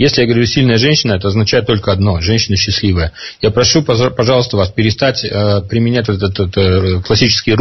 Если я говорю «сильная женщина», это означает только одно – женщина счастливая. Я прошу, пожалуйста, вас перестать применять этот классическое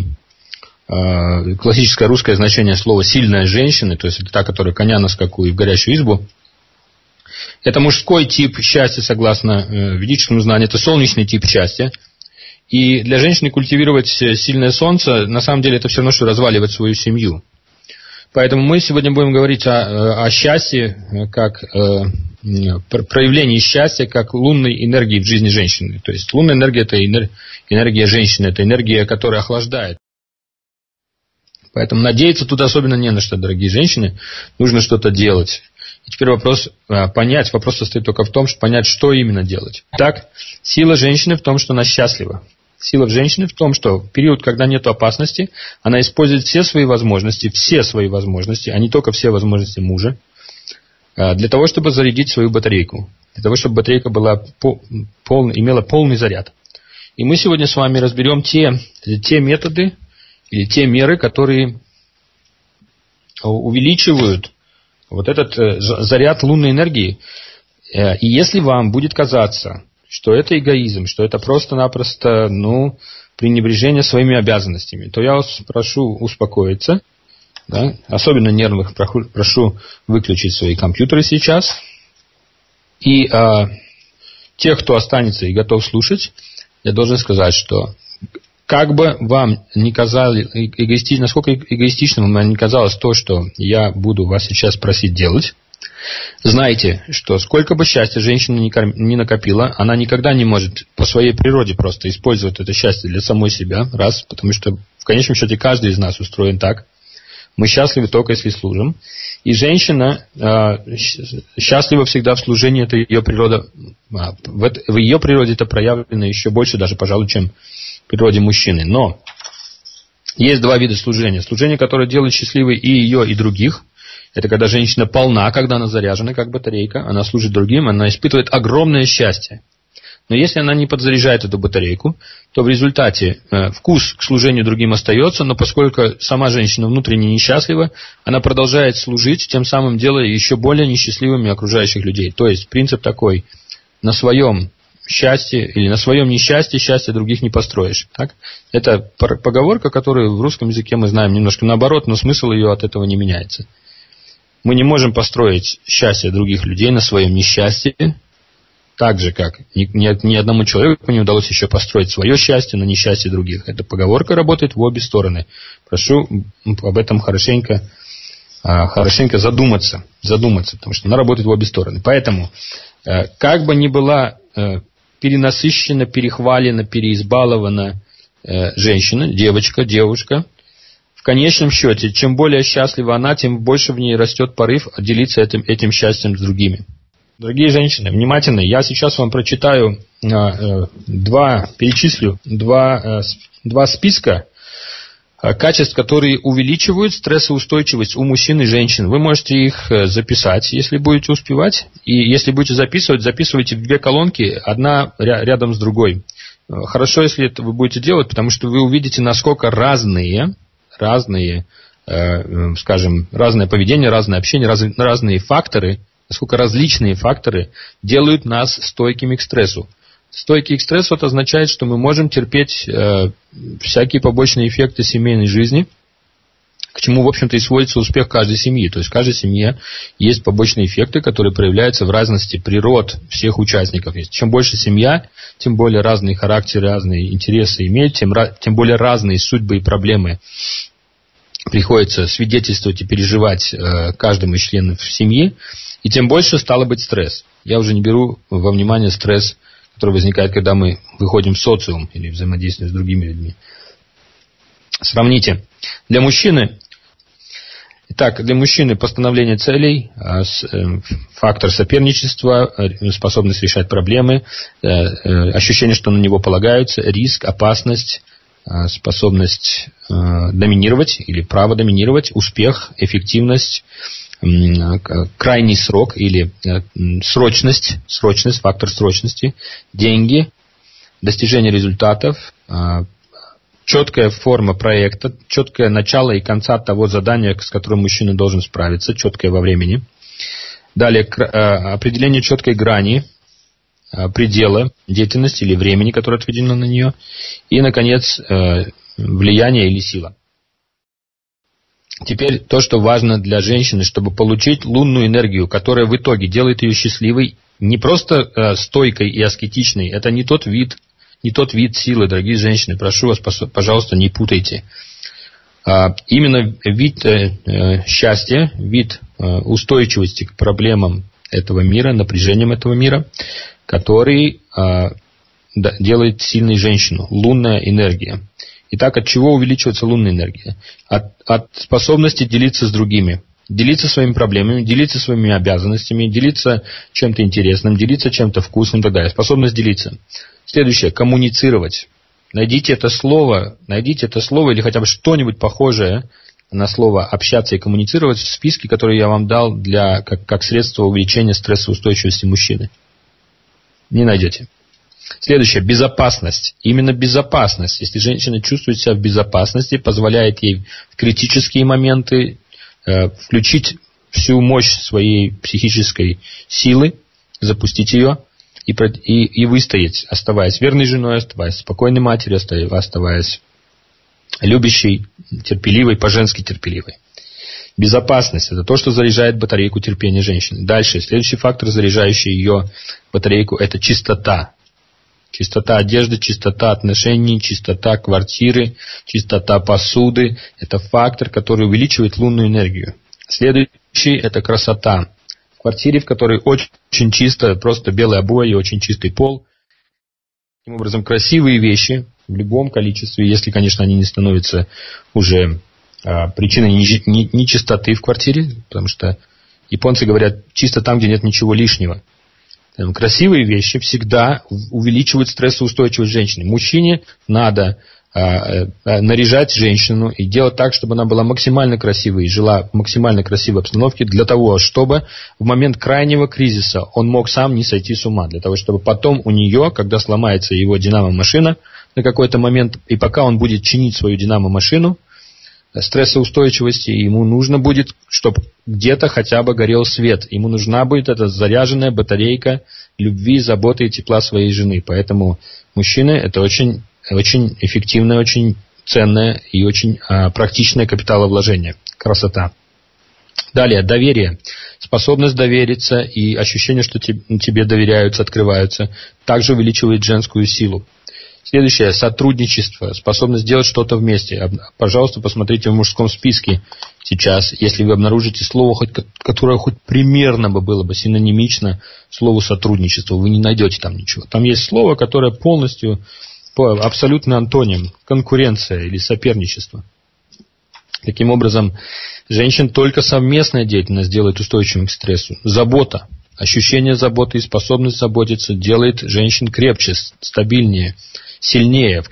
русское значение слова «сильная женщина», то есть это та, которая коня на скаку и в горящую избу. Это мужской тип счастья, согласно ведическому знанию, это солнечный тип счастья. И для женщины культивировать сильное солнце, на самом деле, это все равно, что разваливать свою семью. Поэтому мы сегодня будем говорить о счастье, как проявлении счастья, как лунной энергии в жизни женщины. То есть лунная энергия – это энергия женщины, это энергия, которая охлаждает. Поэтому надеяться тут особенно не на что, дорогие женщины, нужно что-то делать. И теперь вопрос состоит только в том, чтобы понять, что именно делать. Так, сила женщины в том, что она счастлива. Сила женщины в том, что в период, когда нет опасности, она использует все свои возможности, а не только все возможности мужа, для того, чтобы зарядить свою батарейку, для того, чтобы батарейка имела полный заряд. И мы сегодня с вами разберем те методы или те меры, которые увеличивают вот этот заряд лунной энергии. И если вам будет казаться, что это эгоизм, что это просто-напросто, пренебрежение своими обязанностями, то я вас прошу успокоиться, да? Особенно нервных прошу выключить свои компьютеры сейчас. И тех, кто останется и готов слушать, я должен сказать, что как бы вам ни казалось насколько эгоистичным вам не казалось то, что я буду вас сейчас просить делать, знайте, что сколько бы счастья женщина не накопила, она никогда не может по своей природе просто использовать это счастье для самой себя, потому что в конечном счете каждый из нас устроен так. Мы счастливы только если служим. И женщина счастлива всегда в служении, это ее природа. В ее природе это проявлено еще больше даже, пожалуй, чем в природе мужчины. Но есть два вида служения. Служение, которое делает счастливой и ее, и других. Это когда женщина полна, когда она заряжена, как батарейка, она служит другим, она испытывает огромное счастье. Но если она не подзаряжает эту батарейку, то в результате вкус к служению другим остается, но поскольку сама женщина внутренне несчастлива, она продолжает служить, тем самым делая еще более несчастливыми окружающих людей. То есть принцип такой: на своем счастье или на своем несчастье счастье других не построишь. Так? Это поговорка, которую в русском языке мы знаем немножко наоборот, но смысл ее от этого не меняется. Мы не можем построить счастье других людей на своем несчастье, так же, как ни одному человеку не удалось еще построить свое счастье на несчастье других. Эта поговорка работает в обе стороны. Прошу об этом хорошенько задуматься, потому что она работает в обе стороны. Поэтому, как бы ни была перенасыщена, перехвалена, переизбалована женщина, девушка, в конечном счете, чем более счастлива она, тем больше в ней растет порыв делиться этим счастьем с другими. Дорогие женщины, внимательно, я сейчас вам перечислю два списка качеств, которые увеличивают стрессоустойчивость у мужчин и женщин. Вы можете их записать, если будете успевать. И если будете записывать, записывайте в две колонки, одна рядом с другой. Хорошо, если это вы будете делать, потому что вы увидите, насколько разное поведение, разное общение, разные факторы, насколько различные факторы делают нас стойкими к стрессу. Стойкий к стрессу — это означает, что мы можем терпеть всякие побочные эффекты семейной жизни, к чему, в общем-то, и сводится успех каждой семьи. То есть в каждой семье есть побочные эффекты, которые проявляются в разности природ всех участников. Чем больше семья, тем более разные характеры, разные интересы имеют, тем более разные судьбы и проблемы приходится свидетельствовать и переживать каждому из членов семьи, и тем больше стало быть стресс. Я уже не беру во внимание стресс, который возникает, когда мы выходим в социум или взаимодействуем с другими людьми. Сравните. Для мужчины постановление целей, фактор соперничества, способность решать проблемы, ощущение, что на него полагаются, риск, опасность, способность доминировать или право доминировать, успех, эффективность, крайний срок или срочность, фактор срочности, деньги, достижение результатов, четкая форма проекта, четкое начало и конца того задания, с которым мужчина должен справиться, четкое во времени, Далее, определение четкой грани, предела деятельности или времени, которое отведено на нее. И, наконец, влияние или сила. Теперь то, что важно для женщины, чтобы получить лунную энергию, которая в итоге делает ее счастливой, не просто стойкой и аскетичной. Это не тот вид силы, дорогие женщины. Прошу вас, пожалуйста, не путайте. Именно вид счастья, вид устойчивости к проблемам этого мира, напряжениям этого мира, который делает сильной женщину. Лунная энергия. Итак, от чего увеличивается лунная энергия? От способности делиться с другими. Делиться своими проблемами, делиться своими обязанностями, делиться чем-то интересным, делиться чем-то вкусным и так далее. Способность делиться. Следующее. Коммуницировать. Найдите это слово или хотя бы что-нибудь похожее на слово «общаться» и «коммуницировать» в списке, который я вам дал как средство увеличения стрессоустойчивости мужчины. Не найдете. Следующее. Безопасность. Именно безопасность. Если женщина чувствует себя в безопасности, позволяет ей в критические моменты включить всю мощь своей психической силы, запустить ее и выстоять, оставаясь верной женой, оставаясь спокойной матерью, оставаясь любящей, терпеливой, по-женски терпеливой. Безопасность – это то, что заряжает батарейку терпения женщины. Дальше. Следующий фактор, заряжающий ее батарейку – это чистота. Чистота одежды, чистота отношений, чистота квартиры, чистота посуды – это фактор, который увеличивает лунную энергию. Следующий – это красота. В квартире, в которой очень чисто, просто белые обои и очень чистый пол. Таким образом, красивые вещи в любом количестве, если, конечно, они не становятся уже причиной нечистоты в квартире, потому что японцы говорят, чисто там, где нет ничего лишнего. Красивые вещи всегда увеличивают стрессоустойчивость женщины. Мужчине надо наряжать женщину и делать так, чтобы она была максимально красивой и жила в максимально красивой обстановке для того, чтобы в момент крайнего кризиса он мог сам не сойти с ума. Для того, чтобы потом у нее, когда сломается его динамо-машина на какой-то момент, и пока он будет чинить свою динамо-машину, стрессоустойчивости, ему нужно будет, чтобы где-то хотя бы горел свет. Ему нужна будет эта заряженная батарейка любви, заботы и тепла своей жены. Поэтому мужчины – это очень эффективное, очень ценное и очень практичное капиталовложение. Красота. Далее, доверие. Способность довериться и ощущение, что тебе доверяются, открываются, также увеличивает женскую силу. Следующее, сотрудничество, способность делать что-то вместе. Пожалуйста, посмотрите в мужском списке сейчас, если вы обнаружите слово, которое хоть примерно было бы синонимично слову сотрудничество, вы не найдете там ничего. Там есть слово, которое полностью по абсолютно антоним, конкуренция или соперничество. Таким образом, женщин только совместная деятельность делает устойчивым к стрессу. Забота, ощущение заботы и способность заботиться делает женщин крепче, стабильнее, сильнее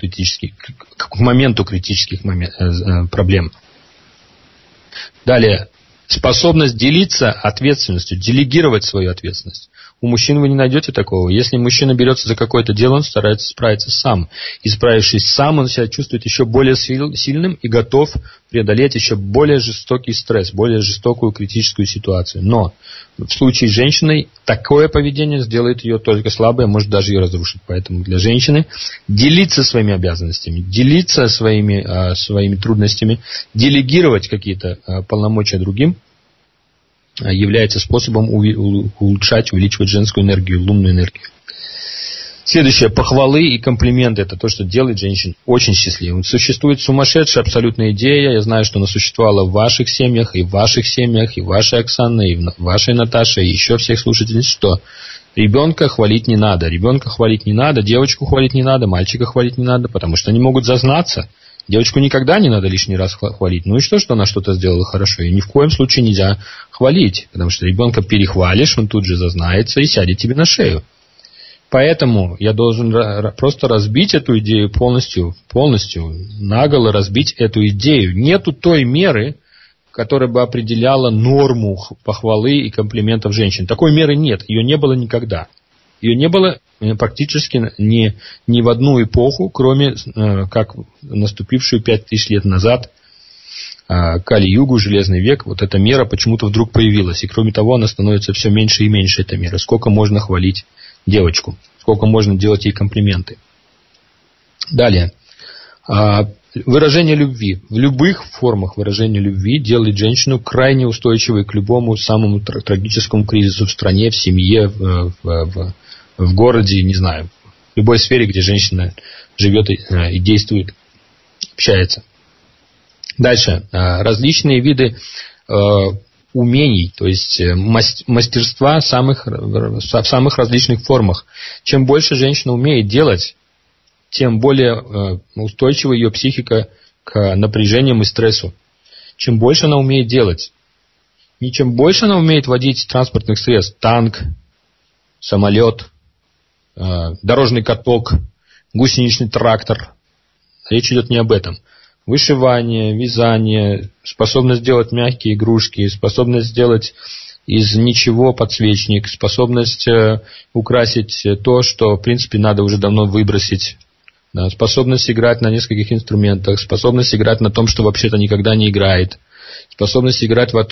к моменту критических проблем. Далее, способность делиться ответственностью, делегировать свою ответственность. У мужчин вы не найдете такого. Если мужчина берется за какое-то дело, он старается справиться сам. И справившись сам, он себя чувствует еще более сильным и готов преодолеть еще более жестокий стресс, более жестокую критическую ситуацию. Но в случае с женщиной такое поведение сделает ее только слабой, а может даже ее разрушить. Поэтому для женщины делиться своими обязанностями, делиться своими трудностями, делегировать какие-то полномочия другим, является способом улучшать, увеличивать женскую энергию, лунную энергию. Следующее. Похвалы и комплименты. Это то, что делает женщин очень счастливыми. Существует сумасшедшая абсолютная идея. Я знаю, что она существовала в ваших семьях, и в вашей Оксаны, и в вашей Наташе, и еще всех слушателей, что ребенка хвалить не надо. Ребенка хвалить не надо, девочку хвалить не надо, мальчика хвалить не надо, потому что они могут зазнаться. Девочку никогда не надо лишний раз хвалить. Ну и что она что-то сделала хорошо? И ни в коем случае нельзя хвалить, потому что ребенка перехвалишь, он тут же зазнается и сядет тебе на шею. Поэтому я должен просто разбить эту идею полностью, наголо разбить эту идею. Нету той меры, которая бы определяла норму похвалы и комплиментов женщин. Такой меры нет, ее не было никогда. Ее не было практически ни в одну эпоху, кроме как наступившую 5000 лет назад Кали-югу, Железный век, вот эта мера почему-то вдруг появилась. И кроме того, она становится все меньше и меньше, эта мера. Сколько можно хвалить девочку, сколько можно делать ей комплименты. Далее. Выражение любви. В любых формах выражения любви делает женщину крайне устойчивой к любому самому трагическому кризису в стране, в семье, в городе, не знаю, в любой сфере, где женщина живет и действует, общается. Дальше. Различные виды умений, то есть мастерства в самых различных формах. Чем больше женщина умеет делать, тем более устойчива ее психика к напряжениям и стрессу. Чем больше она умеет делать, не чем больше она умеет водить транспортных средств, танк, самолет, дорожный каток, гусеничный трактор. Речь идет не об этом. Вышивание, вязание, способность делать мягкие игрушки, способность сделать из ничего подсвечник, способность украсить то, что, в принципе, надо уже давно выбросить. Да, способность играть на нескольких инструментах, способность играть на том, что вообще-то никогда не играет, способность играть во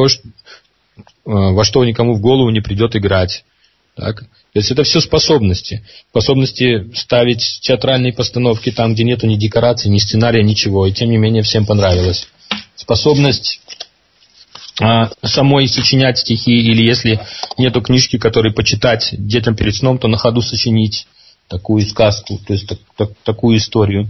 что никому в голову не придет играть. Так? То есть это все способности. Способности ставить театральные постановки там, где нету ни декораций, ни сценария, ничего. И тем не менее всем понравилось. Способность самой сочинять стихи, или если нету книжки, которой почитать детям перед сном, то на ходу сочинить такую сказку, то есть такую историю.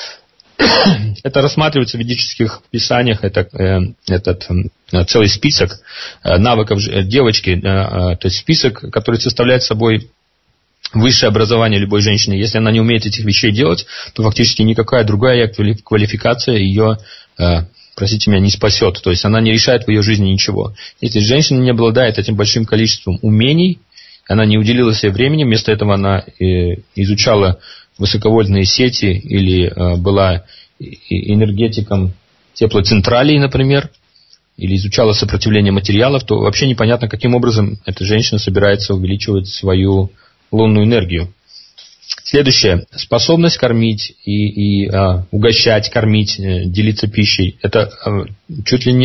Это рассматривается в ведических писаниях, этот целый список навыков девочки, то есть список, который составляет собой высшее образование любой женщины. Если она не умеет этих вещей делать, то фактически никакая другая квалификация ее, простите меня, не спасет. То есть она не решает в ее жизни ничего. Если женщина не обладает этим большим количеством умений, она не уделила себе времени, вместо этого она изучала высоковольтные сети или была энергетиком теплоцентралей, например, или изучала сопротивление материалов, то вообще непонятно, каким образом эта женщина собирается увеличивать свою лунную энергию. Следующее. Способность кормить и угощать, кормить, делиться пищей. Это чуть ли не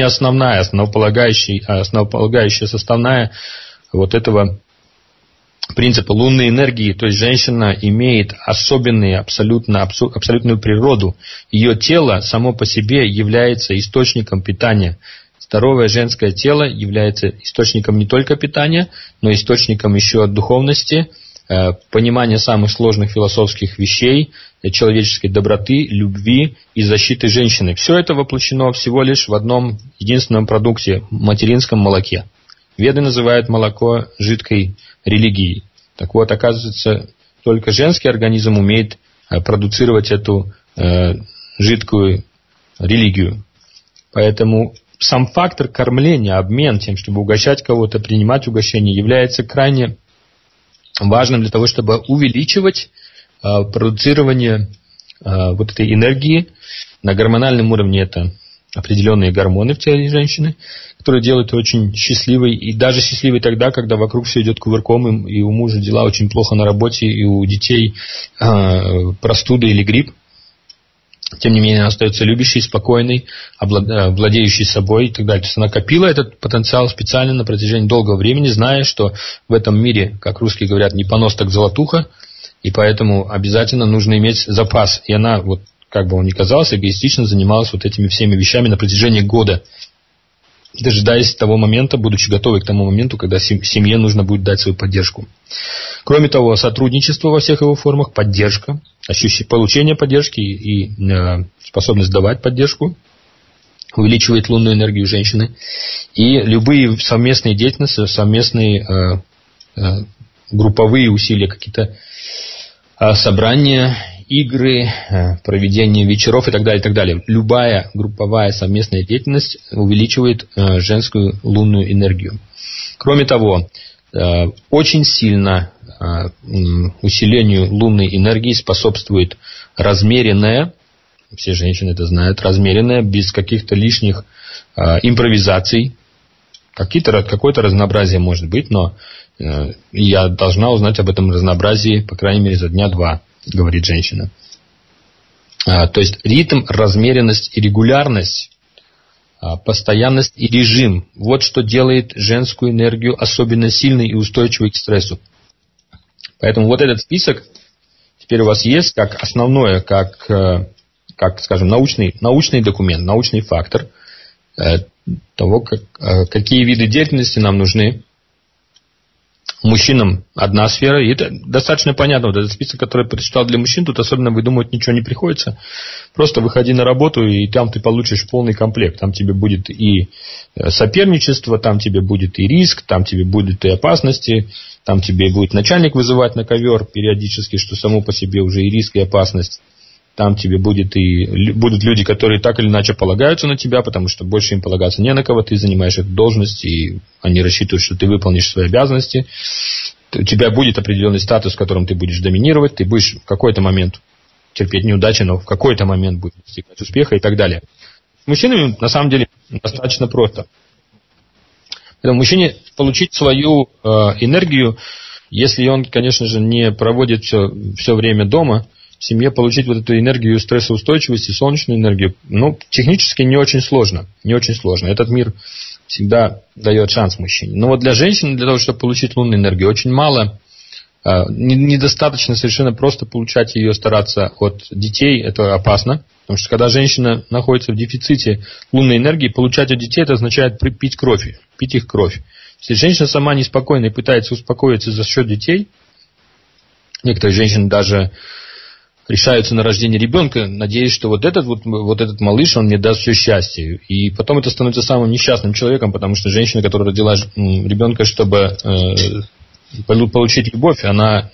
основополагающая составная вот этого принципа лунной энергии. То есть женщина имеет абсолютную природу. Ее тело само по себе является источником питания. Здоровое женское тело является источником не только питания, но и источником еще духовности, понимания самых сложных философских вещей, человеческой доброты, любви и защиты женщины. Все это воплощено всего лишь в одном единственном продукте – материнском молоке. Веды называют молоко жидкой религией. Так вот, оказывается, только женский организм умеет продуцировать эту жидкую религию. Поэтому сам фактор кормления, обмен тем, чтобы угощать кого-то, принимать угощение, является крайне важным для того, чтобы увеличивать продуцирование вот этой энергии. На гормональном уровне это определенные гормоны в теле женщины, которые делают ее очень счастливой, и даже счастливой тогда, когда вокруг все идет кувырком, и у мужа дела очень плохо на работе, и у детей простуда или грипп. Тем не менее, она остается любящей, спокойной, владеющей собой и так далее. То есть она копила этот потенциал специально на протяжении долгого времени, зная, что в этом мире, как русские говорят, не понос, так золотуха, и поэтому обязательно нужно иметь запас. И она, вот как бы он ни казался, эгоистично занималась вот этими всеми вещами на протяжении года, дожидаясь того момента, будучи готовой к тому моменту, когда семье нужно будет дать свою поддержку. Кроме того, сотрудничество во всех его формах, поддержка, получение поддержки и способность давать поддержку увеличивает лунную энергию женщины. И любые совместные деятельности, совместные групповые усилия, какие-то собрания, игры, проведение вечеров и так далее, и так далее. Любая групповая совместная деятельность увеличивает женскую лунную энергию. Кроме того, очень сильно усилению лунной энергии способствует размеренная, все женщины это знают, размеренная, без каких-то лишних импровизаций. Какое-то разнообразие может быть, но я должна узнать об этом разнообразии, по крайней мере, за дня-два, говорит женщина. То есть ритм, размеренность и регулярность постоянность и режим. Вот что делает женскую энергию особенно сильной и устойчивой к стрессу. Поэтому вот этот список теперь у вас есть как основное, как скажем, научный документ, научный фактор того, какие виды деятельности нам нужны. Мужчинам одна сфера, и это достаточно понятно. Вот этот список, который я прочитал для мужчин, тут особенно выдумывать ничего не приходится. Просто выходи на работу, и там ты получишь полный комплект. Там тебе будет и соперничество, там тебе будет и риск, там тебе будут и опасности, там тебе будет начальник вызывать на ковер периодически, что само по себе уже и риск, и опасность. Там тебе будут люди, которые так или иначе полагаются на тебя, потому что больше им полагаться не на кого, ты занимаешь эту должность, и они рассчитывают, что ты выполнишь свои обязанности. У тебя будет определенный статус, в котором ты будешь доминировать, ты будешь в какой-то момент терпеть неудачи, но в какой-то момент будешь достигать успеха и так далее. С мужчинами на самом деле достаточно просто. Поэтому мужчине получить свою энергию, если он, конечно же, не проводит все время дома, в семье получить вот эту энергию стрессоустойчивости, солнечную энергию, технически не очень сложно. Не очень сложно. Этот мир всегда дает шанс мужчине. Но вот для женщины, для того, чтобы получить лунную энергию, очень мало, недостаточно совершенно просто получать ее, стараться от детей, это опасно. Потому что когда женщина находится в дефиците лунной энергии, получать от детей, это означает пить их кровь. Если женщина сама неспокойна и пытается успокоиться за счет детей, некоторые женщины даже решаются на рождение ребенка, надеясь, что вот этот малыш, он мне даст все счастье. И потом это становится самым несчастным человеком, потому что женщина, которая родила ребенка, чтобы получить любовь, она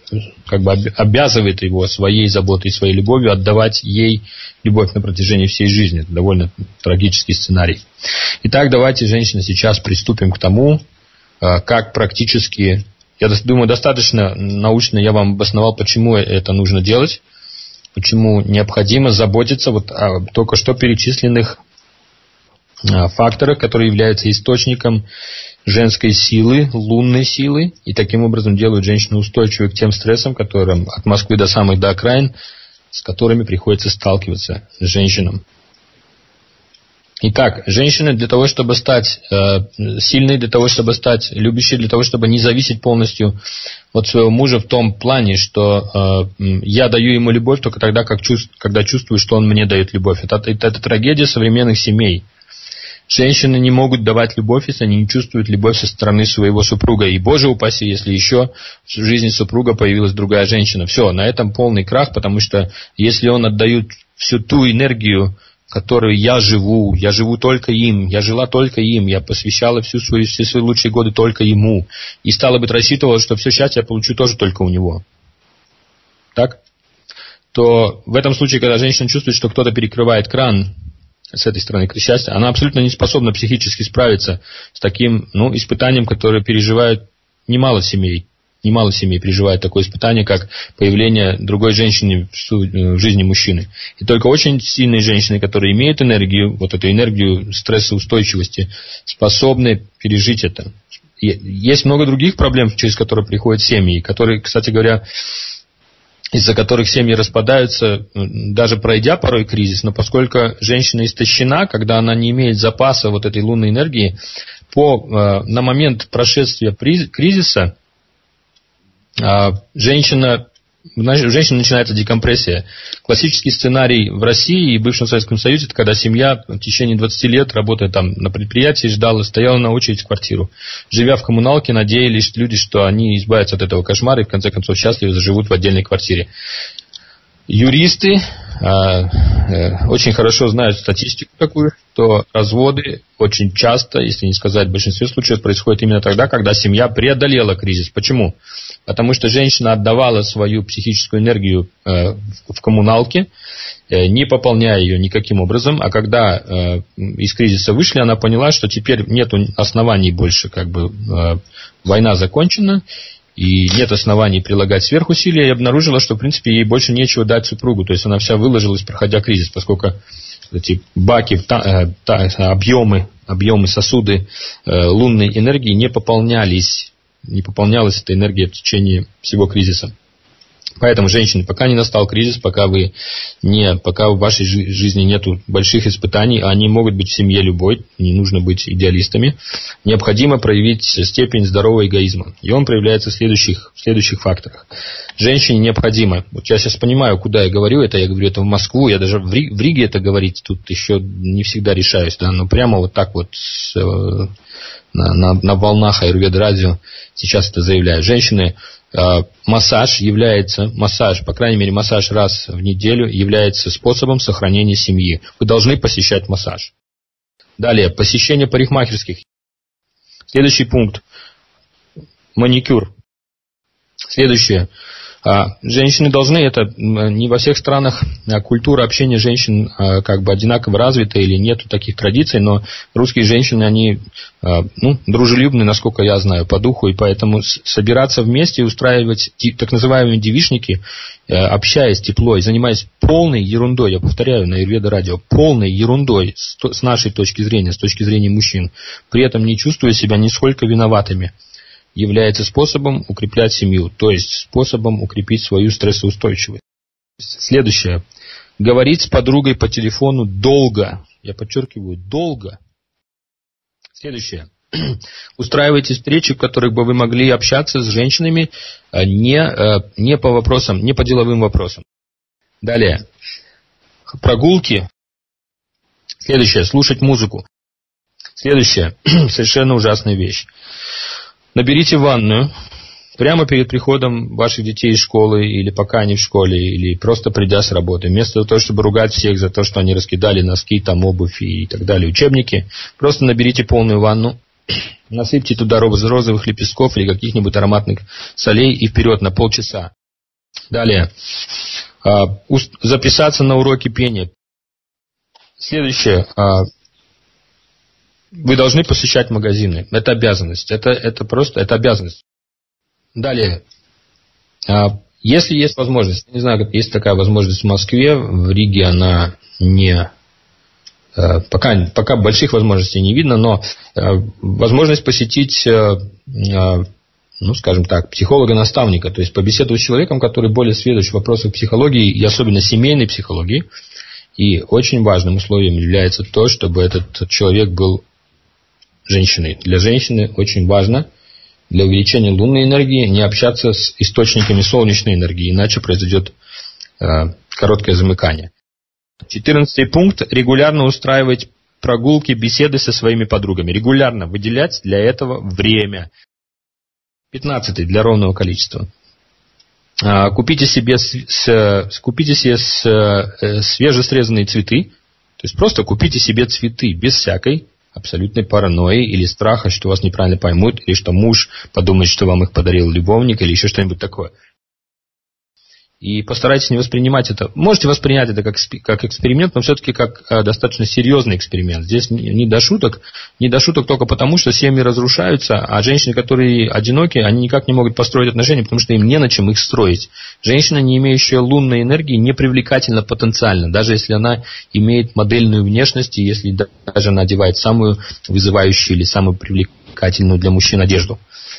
обязывает его своей заботой, своей любовью отдавать ей любовь на протяжении всей жизни. Это довольно трагический сценарий. Итак, давайте, женщины, сейчас приступим к тому, как практически... Я думаю, достаточно научно я вам обосновал, почему это нужно делать, почему необходимо заботиться о только что перечисленных факторах, которые являются источником женской силы, лунной силы, и таким образом делают женщину устойчивой к тем стрессам, которым от Москвы до самых до окраин, с которыми приходится сталкиваться женщинам. Итак, женщины для того, чтобы стать сильной, для того, чтобы стать любящей, для того, чтобы не зависеть полностью от своего мужа в том плане, что я даю ему любовь только тогда, когда чувствую, что он мне дает любовь. Это трагедия современных семей. Женщины не могут давать любовь, если они не чувствуют любовь со стороны своего супруга. И, Боже упаси, если еще в жизни супруга появилась другая женщина. Все, на этом полный крах, потому что если он отдает всю ту энергию, которой я живу только им, я жила только им, я посвящала все свои лучшие годы только ему, и стало быть рассчитывала, что все счастье я получу тоже только у него. Так? То в этом случае, когда женщина чувствует, что кто-то перекрывает кран с этой стороны к счастью, она абсолютно не способна психически справиться с таким испытанием, которое переживают немало семей. Немало семей переживает такое испытание, как появление другой женщины в жизни мужчины. И только очень сильные женщины, которые имеют энергию, вот эту энергию стрессоустойчивости, способны пережить это. И есть много других проблем, через которые приходят семьи, которые, кстати говоря, из-за которых семьи распадаются, даже пройдя порой кризис, но поскольку женщина истощена, когда она не имеет запаса вот этой лунной энергии, на момент прошествия кризиса, у женщины начинается декомпрессия. Классический сценарий в России и бывшем Советском Союзе, это когда семья в течение 20 лет, работая там на предприятии, стояла на очередь в квартиру. Живя в коммуналке, надеялись люди, что они избавятся от этого кошмара и в конце концов счастливо заживут в отдельной квартире. Юристы очень хорошо знают статистику такую, что разводы очень часто, если не сказать в большинстве случаев, происходят именно тогда, когда семья преодолела кризис. Почему? Потому что женщина отдавала свою психическую энергию в коммуналке, не пополняя ее никаким образом, а когда из кризиса вышли, она поняла, что теперь нет оснований больше, война закончена, и нет оснований прилагать сверхусилия, и обнаружила, что, в принципе, ей больше нечего дать супругу. То есть она вся выложилась, проходя кризис, поскольку эти баки, объемы, сосуды лунной энергии не пополнялась эта энергия в течение всего кризиса. Поэтому, женщины, пока не настал кризис, пока в вашей жизни нету больших испытаний, а они могут быть в семье любой, не нужно быть идеалистами, необходимо проявить степень здорового эгоизма. И он проявляется в следующих факторах. Женщине необходимо, вот я сейчас понимаю, куда я говорю это в Москву, я даже в Риге это говорить тут еще не всегда решаюсь, да, но прямо вот так вот на волнах Аюрведа радио сейчас это заявляю. Женщины, массаж, по крайней мере, массаж раз в неделю является способом сохранения семьи. Вы должны посещать массаж. Далее, посещение парикмахерских. Следующий пункт. Маникюр. Следующее. Женщины должны, это не во всех странах культура общения женщин как бы одинаково развита или нету таких традиций, но русские женщины, они дружелюбны, насколько я знаю, по духу, и поэтому собираться вместе и устраивать так называемые девичники, общаясь тепло и занимаясь полной ерундой, я повторяю на Аюрведа радио, полной ерундой с нашей точки зрения, с точки зрения мужчин, при этом не чувствуя себя нисколько виноватыми, является способом укреплять семью, то есть способом укрепить свою стрессоустойчивость. Следующее. Говорить с подругой по телефону долго. Я подчеркиваю, долго. Следующее. Устраивайте встречи, в которых бы вы могли общаться с женщинами не по вопросам, не по деловым вопросам. Далее. Прогулки. Следующее. Слушать музыку. Следующее. Совершенно ужасная вещь. Наберите ванную прямо перед приходом ваших детей из школы, или пока они в школе, или просто придя с работы. Вместо того, чтобы ругать всех за то, что они раскидали носки, там, обувь и так далее, учебники, просто наберите полную ванну, насыпьте туда розовых лепестков или каких-нибудь ароматных солей и вперед на полчаса. Далее. Записаться на уроки пения. Следующее. Вы должны посещать магазины. Это обязанность. Это просто обязанность. Далее. Если есть возможность, не знаю, есть такая возможность в Москве, в Риге она не... Пока больших возможностей не видно, но возможность посетить, скажем так, психолога-наставника, то есть побеседовать с человеком, который более сведущ в вопросах психологии и особенно семейной психологии. И очень важным условием является то, чтобы этот человек был женщиной. Для женщины очень важно для увеличения лунной энергии не общаться с источниками солнечной энергии, иначе произойдет короткое замыкание. 14 пункт. Регулярно устраивать прогулки, беседы со своими подругами. Регулярно выделять для этого время. 15 для ровного количества. Купите себе свежесрезанные цветы. То есть просто купите себе цветы без всякой абсолютной паранойи или страха, что вас неправильно поймут, или что муж подумает, что вам их подарил любовник, или еще что-нибудь такое. И постарайтесь не воспринимать это. Можете воспринять это как эксперимент, но все-таки как достаточно серьезный эксперимент. Здесь не до шуток только потому, что семьи разрушаются, а женщины, которые одиноки, они никак не могут построить отношения, потому что им не на чем их строить. Женщина, не имеющая лунной энергии, не привлекательна потенциально, даже если она имеет модельную внешность, и если даже она одевает самую вызывающую или самую привлекательную для мужчин одежду.